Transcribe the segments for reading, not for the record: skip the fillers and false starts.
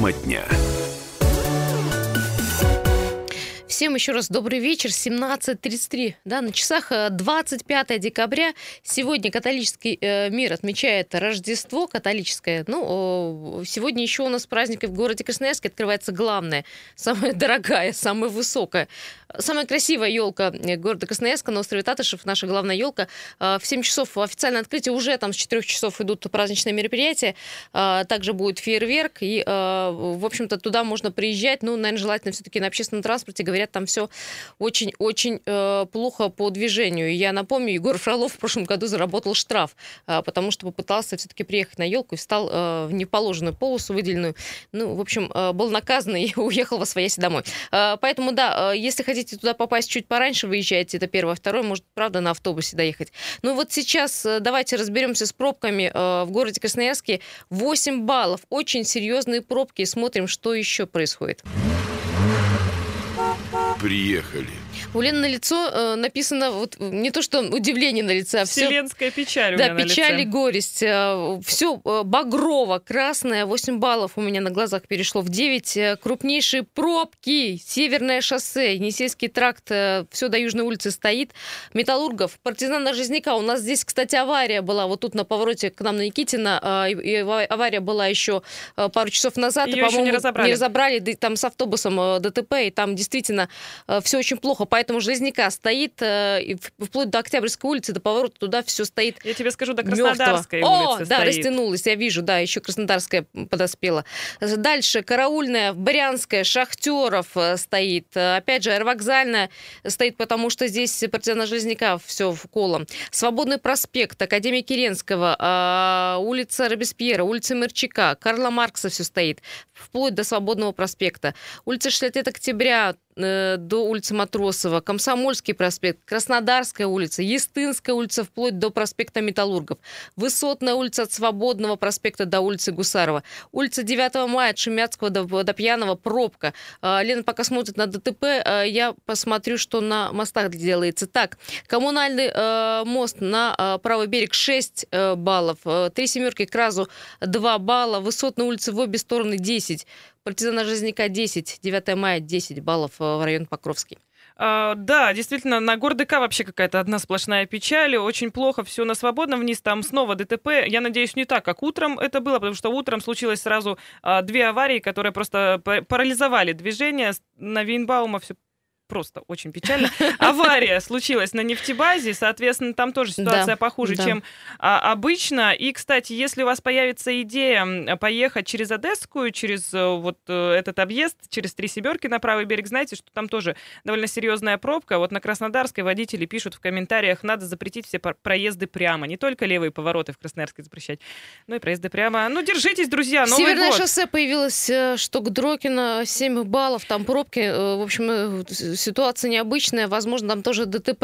Тема дня. Всем еще раз добрый вечер. 17:33. Да, на часах 25 декабря. Сегодня католический мир отмечает Рождество католическое. Сегодня еще у нас праздники в городе Красноярске. Открывается главная, самая дорогая, самая высокая, самая красивая елка города Красноярска на острове Татышев. Наша главная елка. В 7 часов официальное открытие. Уже там с 4 часов идут праздничные мероприятия. Также будет фейерверк. И, в общем-то, туда можно приезжать. Наверное, желательно все-таки на общественном транспорте. Говорят, там все очень-очень плохо по движению. Я напомню, Егор Фролов в прошлом году заработал штраф, потому что попытался все-таки приехать на елку и встал в неположенную полосу выделенную. В общем, был наказан и уехал восвоясь домой. Поэтому, да, если хотите туда попасть чуть пораньше, выезжайте, это первое. Второе, может, правда, на автобусе доехать. Вот сейчас давайте разберемся с пробками в городе Красноярске. 8 баллов. Очень серьезные пробки. Смотрим, что еще происходит. Приехали. У Лены на лицо написано не то, что удивление на лице, а все... Вселенская печаль у меня на лице. Да, печаль и горесть. Все багрово, красное. 8 баллов у меня на глазах перешло в 9. Крупнейшие пробки. Северное шоссе, Енисейский тракт, все до Южной улицы стоит. Металлургов, Партизана Жизняка. У нас здесь, кстати, авария была. Вот тут на повороте к нам на Никитина. И авария была еще пару часов назад. Ее еще не разобрали. Не разобрали. Да, там с автобусом ДТП. И там действительно все очень плохо. Поэтому Железняка стоит, вплоть до Октябрьской улицы, до поворота туда все стоит. Я тебе скажу, до Краснодарской улицы да, стоит. растянулась, я вижу, да, еще Краснодарская подоспела. Дальше Караульная, Брянская, Шахтеров стоит. Опять же, Аэровокзальная стоит, потому что здесь Партизана Железняка все в колом. Свободный проспект, Академия Керенского, улица Робеспьера, улица Мерчака, Карла Маркса все стоит, вплоть до Свободного проспекта. Улица 60 лет октября до улицы Матросова, Комсомольский проспект, Краснодарская улица, Естинская улица, вплоть до проспекта Металлургов, Высотная улица от Свободного проспекта до улицы Гусарова, улица 9 мая от Шемятского до Пьяного, пробка. Лена пока смотрит на ДТП, я посмотрю, что на мостах делается. Так, Коммунальный мост на правый берег 6 баллов, 3 семерки к Разу 2 балла, Высотная улица в обе стороны 10, Партизана Жизняка 10, 9 мая 10 баллов в район Покровский. Да, действительно, на ГорДК вообще какая-то одна сплошная печаль, очень плохо все на Свободном, вниз там снова ДТП. Я надеюсь, не так, как утром это было, потому что утром случилось сразу 2 аварии, которые просто парализовали движение. На Вейнбаума все просто очень печально. Авария случилась на нефтебазе, соответственно, там тоже ситуация похуже, чем обычно. И, кстати, если у вас появится идея поехать через Одесскую, через вот этот объезд, через 3 Семерки на правый берег, знаете, что там тоже довольно серьезная пробка. Вот на Краснодарской водители пишут в комментариях, надо запретить все проезды прямо. Не только левые повороты в Красноярске запрещать, но и проезды прямо. Держитесь, друзья, Новый год. Северное шоссе появилось, что к Дрокина, 7 баллов, там пробки. В общем, ситуация необычная, возможно, там тоже ДТП.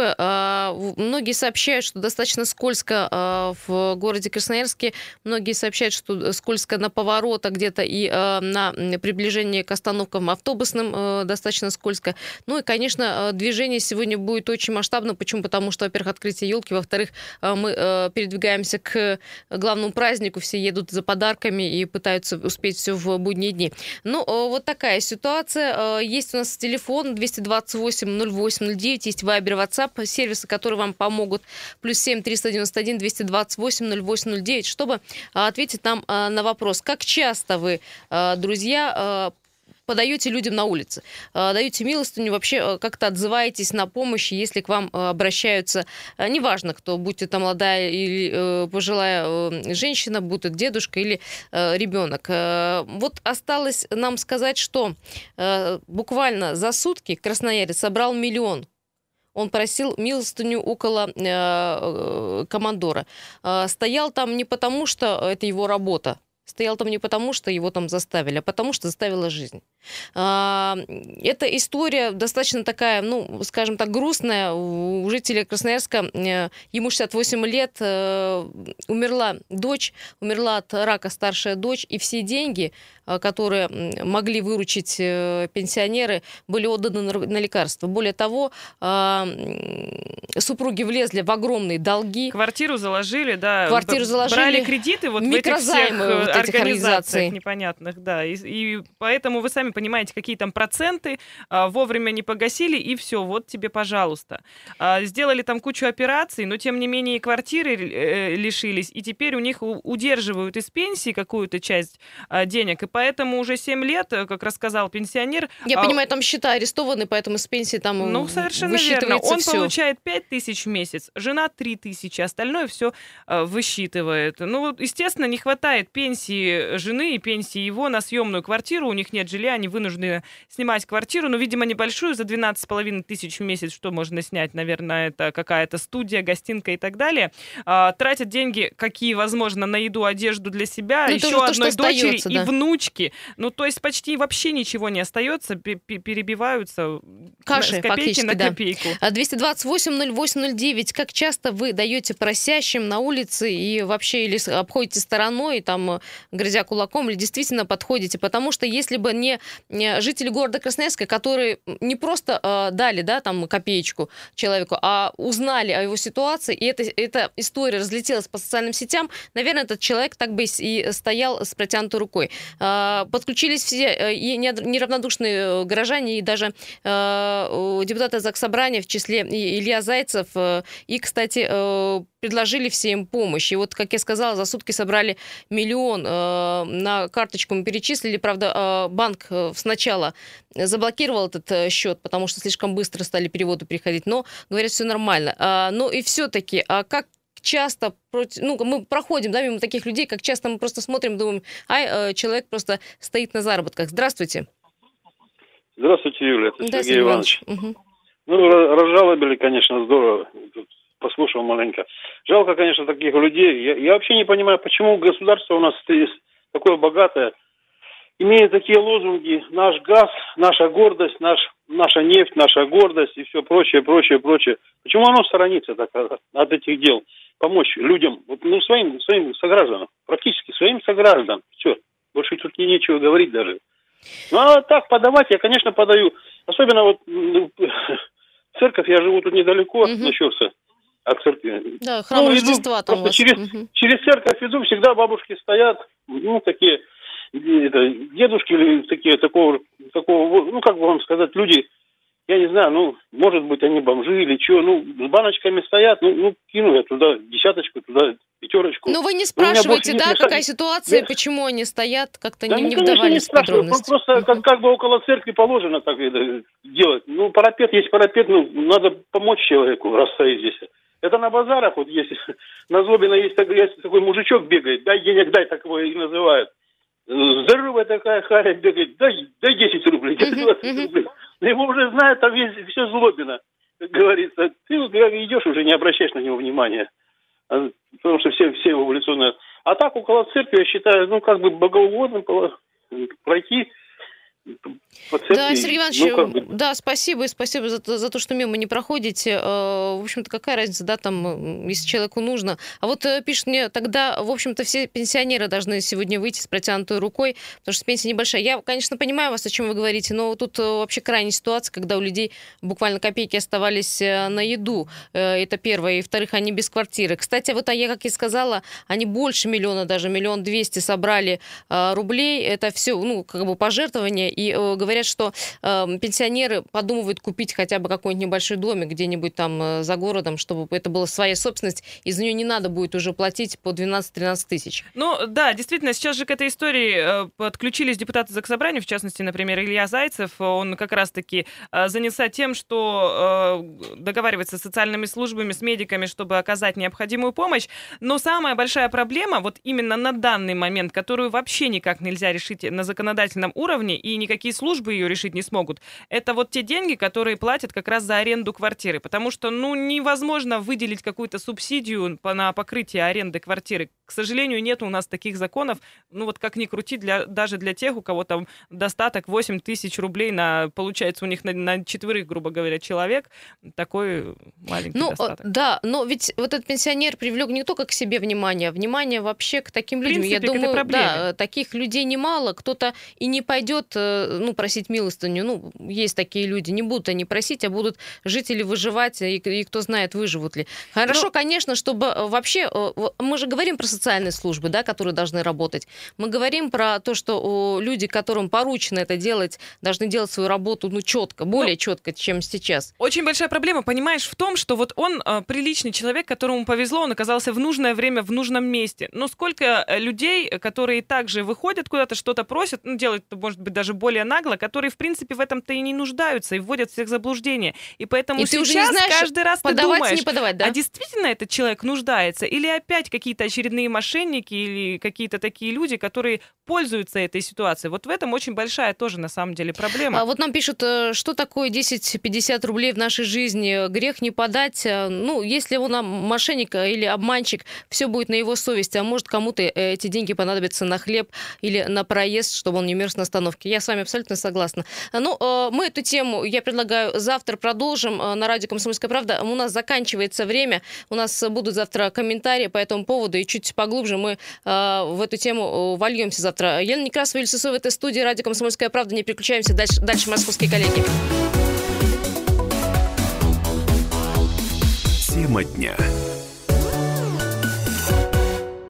Многие сообщают, что достаточно скользко в городе Красноярске. Многие сообщают, что скользко на поворотах где-то и на приближении к остановкам автобусным достаточно скользко. И, конечно, движение сегодня будет очень масштабно. Почему? Потому что, во-первых, открытие елки, во-вторых, мы передвигаемся к главному празднику, все едут за подарками и пытаются успеть все в будние дни. Вот такая ситуация. Есть у нас телефон 228 0809, есть Вайбер, WhatsApp, сервисы, которые вам помогут. +7 391 228 0809, чтобы ответить нам на вопрос, как часто вы, друзья, подаете людям на улице, даете милостыню, вообще как-то отзываетесь на помощь, если к вам обращаются, неважно кто, будь это молодая или пожилая женщина, будь это дедушка или ребенок. Вот осталось нам сказать, что буквально за сутки красноярец собрал 1 миллион. Он просил милостыню около командора. Стоял там не потому, что это его работа, стоял там не потому, что его там заставили, а потому, что заставила жизнь. Эта история достаточно такая, скажем так, грустная. У жителя Красноярска, ему 68 лет, умерла дочь, умерла от рака старшая дочь, и все деньги, которые могли выручить пенсионеры, были отданы на лекарства. Более того, супруги влезли в огромные долги. Квартиру заложили, да. Брали кредиты вот в этих микрозаймы, всех вот этих организаций. Непонятных, да. И поэтому вы сами понимаете, какие там проценты, вовремя не погасили, и все, вот тебе, пожалуйста. Сделали там кучу операций, но тем не менее и квартиры лишились, и теперь у них удерживают из пенсии какую-то часть денег, и поэтому уже 7 лет, как рассказал пенсионер... Я понимаю, там счета арестованы, поэтому с пенсии там ну, совершенно высчитывается верно. Он всё. получает 5 тысяч в месяц, жена 3 тысячи, остальное все высчитывает. Ну, вот, естественно, не хватает пенсии жены и пенсии его на съемную квартиру, у них нет жилья, они вынуждены снимать квартиру, ну, видимо, небольшую, за 12,5 тысяч в месяц, что можно снять, наверное, это какая-то студия, гостинка и так далее. Тратят деньги, какие, возможно, на еду, одежду для себя, Ну, еще одной дочери остается, и да. внучки. Ну, то есть почти вообще ничего не остается, перебиваются Каши, с копейки фактически, на да. копейку. 228-08-09. Как часто вы даете просящим на улице и вообще или обходите стороной, там, грозя кулаком, или действительно подходите? Потому что если бы не жители города Красноярска, которые не просто дали, да, там, копеечку человеку, а узнали о его ситуации, и эта история разлетелась по социальным сетям, наверное, этот человек так бы и стоял с протянутой рукой. Подключились все и неравнодушные горожане, и даже депутаты Заксобрания, в числе и Илья Зайцев, и, кстати, предложили всем помощь. И вот, как я сказала, за сутки собрали 1 000 000, на карточку мы перечислили. Правда, банк сначала заблокировал этот счет, потому что слишком быстро стали переводы приходить, но, говорят, все нормально. Но и все-таки, как часто мы проходим, да, мимо таких людей, как часто мы просто смотрим, думаем, человек просто стоит на заработках. Здравствуйте. Здравствуйте, Юля, это Да, Сергей Иванович. Угу. Ну, разжалобили, конечно, здорово. Тут послушал маленько. Жалко, конечно, таких людей. Я вообще не понимаю, почему государство у нас такое богатое, имеет такие лозунги: наш газ, наша гордость, наша нефть, наша гордость и все прочее, прочее, прочее. Почему оно сторонится так от этих дел? Помочь людям, своим согражданам, практически своим согражданам. Все, больше тут нечего говорить даже. Ну, а так подавать я, конечно, подаю. Особенно вот церковь, я живу тут недалеко, начался от церкви. Да, храм Рождества там у вас. Через церковь иду, всегда бабушки стоят, такие дедушки или такие, такого, как бы вам сказать, люди, я не знаю, может быть, они бомжи или что, с баночками стоят, кину я туда десяточку, туда 5. Но вы не спрашиваете, да, какая ситуация, почему они стоят, как-то не вдавались в подробности. Просто как бы около церкви положено так делать. Парапет есть парапет, надо помочь человеку, раз стоит здесь. Это на базарах, вот есть, на Злобина есть такой мужичок бегает, дай денег, дай, так его и называют. Здоровая такая харя бегает, дай 10 рублей, дай 20 рублей. Его уже знают, там все Злобина, как говорится. Ты идешь, уже не обращаешь на него внимания. Потому что все его в лицо знают. А так около церкви, я считаю, богоугодно пройти по церкви. Да, Сергей Иванович, да, спасибо за то, что мимо не проходите. В общем-то, какая разница, да, там, если человеку нужно. А вот пишет мне, тогда, в общем-то, все пенсионеры должны сегодня выйти с протянутой рукой, потому что пенсия небольшая. Я, конечно, понимаю вас, о чем вы говорите, но тут вообще крайняя ситуация, когда у людей буквально копейки оставались на еду. Это первое. И, во-вторых, они без квартиры. Кстати, вот я, как и сказала, они больше миллиона, даже 1 200 000 собрали рублей. Это все, пожертвования. И говорят, что пенсионеры подумывают купить хотя бы какой-нибудь небольшой домик где-нибудь там за городом, чтобы это была своя собственность, и за нее не надо будет уже платить по 12-13 тысяч. Ну да, действительно, сейчас же к этой истории подключились депутаты Заксобрания, в частности, например, Илья Зайцев. Он как раз-таки занялся тем, что договаривается с социальными службами, с медиками, чтобы оказать необходимую помощь. Но самая большая проблема, вот именно на данный момент, которую вообще никак нельзя решить на законодательном уровне, и никакие службы ее решить не смогут, это вот те деньги, которые платят как раз за аренду квартиры. Потому что, невозможно выделить какую-то субсидию на покрытие аренды квартиры. К сожалению, нет у нас таких законов. Как ни крути, даже для тех, у кого там достаток 8 тысяч рублей, получается у них на 4, грубо говоря, человек, такой маленький достаток. Да, но ведь вот этот пенсионер привлек не только к себе внимание вообще к таким людям. В принципе, я думаю, да, таких людей немало. Кто-то и не пойдет просить милостыню. Есть такие люди. Не будут они просить, а будут жить или выживать, и кто знает, выживут ли. Хорошо, конечно, чтобы вообще... Мы же говорим про социальной службы, да, которые должны работать. Мы говорим про то, что люди, которым поручено это делать, должны делать свою работу, четко, более четко, чем сейчас. Очень большая проблема, понимаешь, в том, что вот он приличный человек, которому повезло, он оказался в нужное время, в нужном месте. Но сколько людей, которые также выходят куда-то, что-то просят, делают это, может быть, даже более нагло, которые, в принципе, в этом-то и не нуждаются, и вводят всех в заблуждение. И поэтому и сейчас ты уже не знаешь, каждый раз ты подавать, думаешь, не подавать, да? а действительно этот человек нуждается? Или опять какие-то очередные мошенники или какие-то такие люди, которые пользуются этой ситуацией? Вот в этом очень большая тоже, на самом деле, проблема. Вот нам пишут, что такое 10-50 рублей в нашей жизни, грех не подать. Если он мошенник или обманщик, все будет на его совести, а может, кому-то эти деньги понадобятся на хлеб или на проезд, чтобы он не мерз на остановке. Я с вами абсолютно согласна. Мы эту тему, я предлагаю, завтра продолжим на радио «Комсомольская правда». У нас заканчивается время, у нас будут завтра комментарии по этому поводу, и чуть поглубже мы в эту тему вольемся завтра. Елена Некрасова, Юлия Сысоева, это студия радио «Комсомольская правда». Не переключаемся, дальше московские коллеги. Тема дня.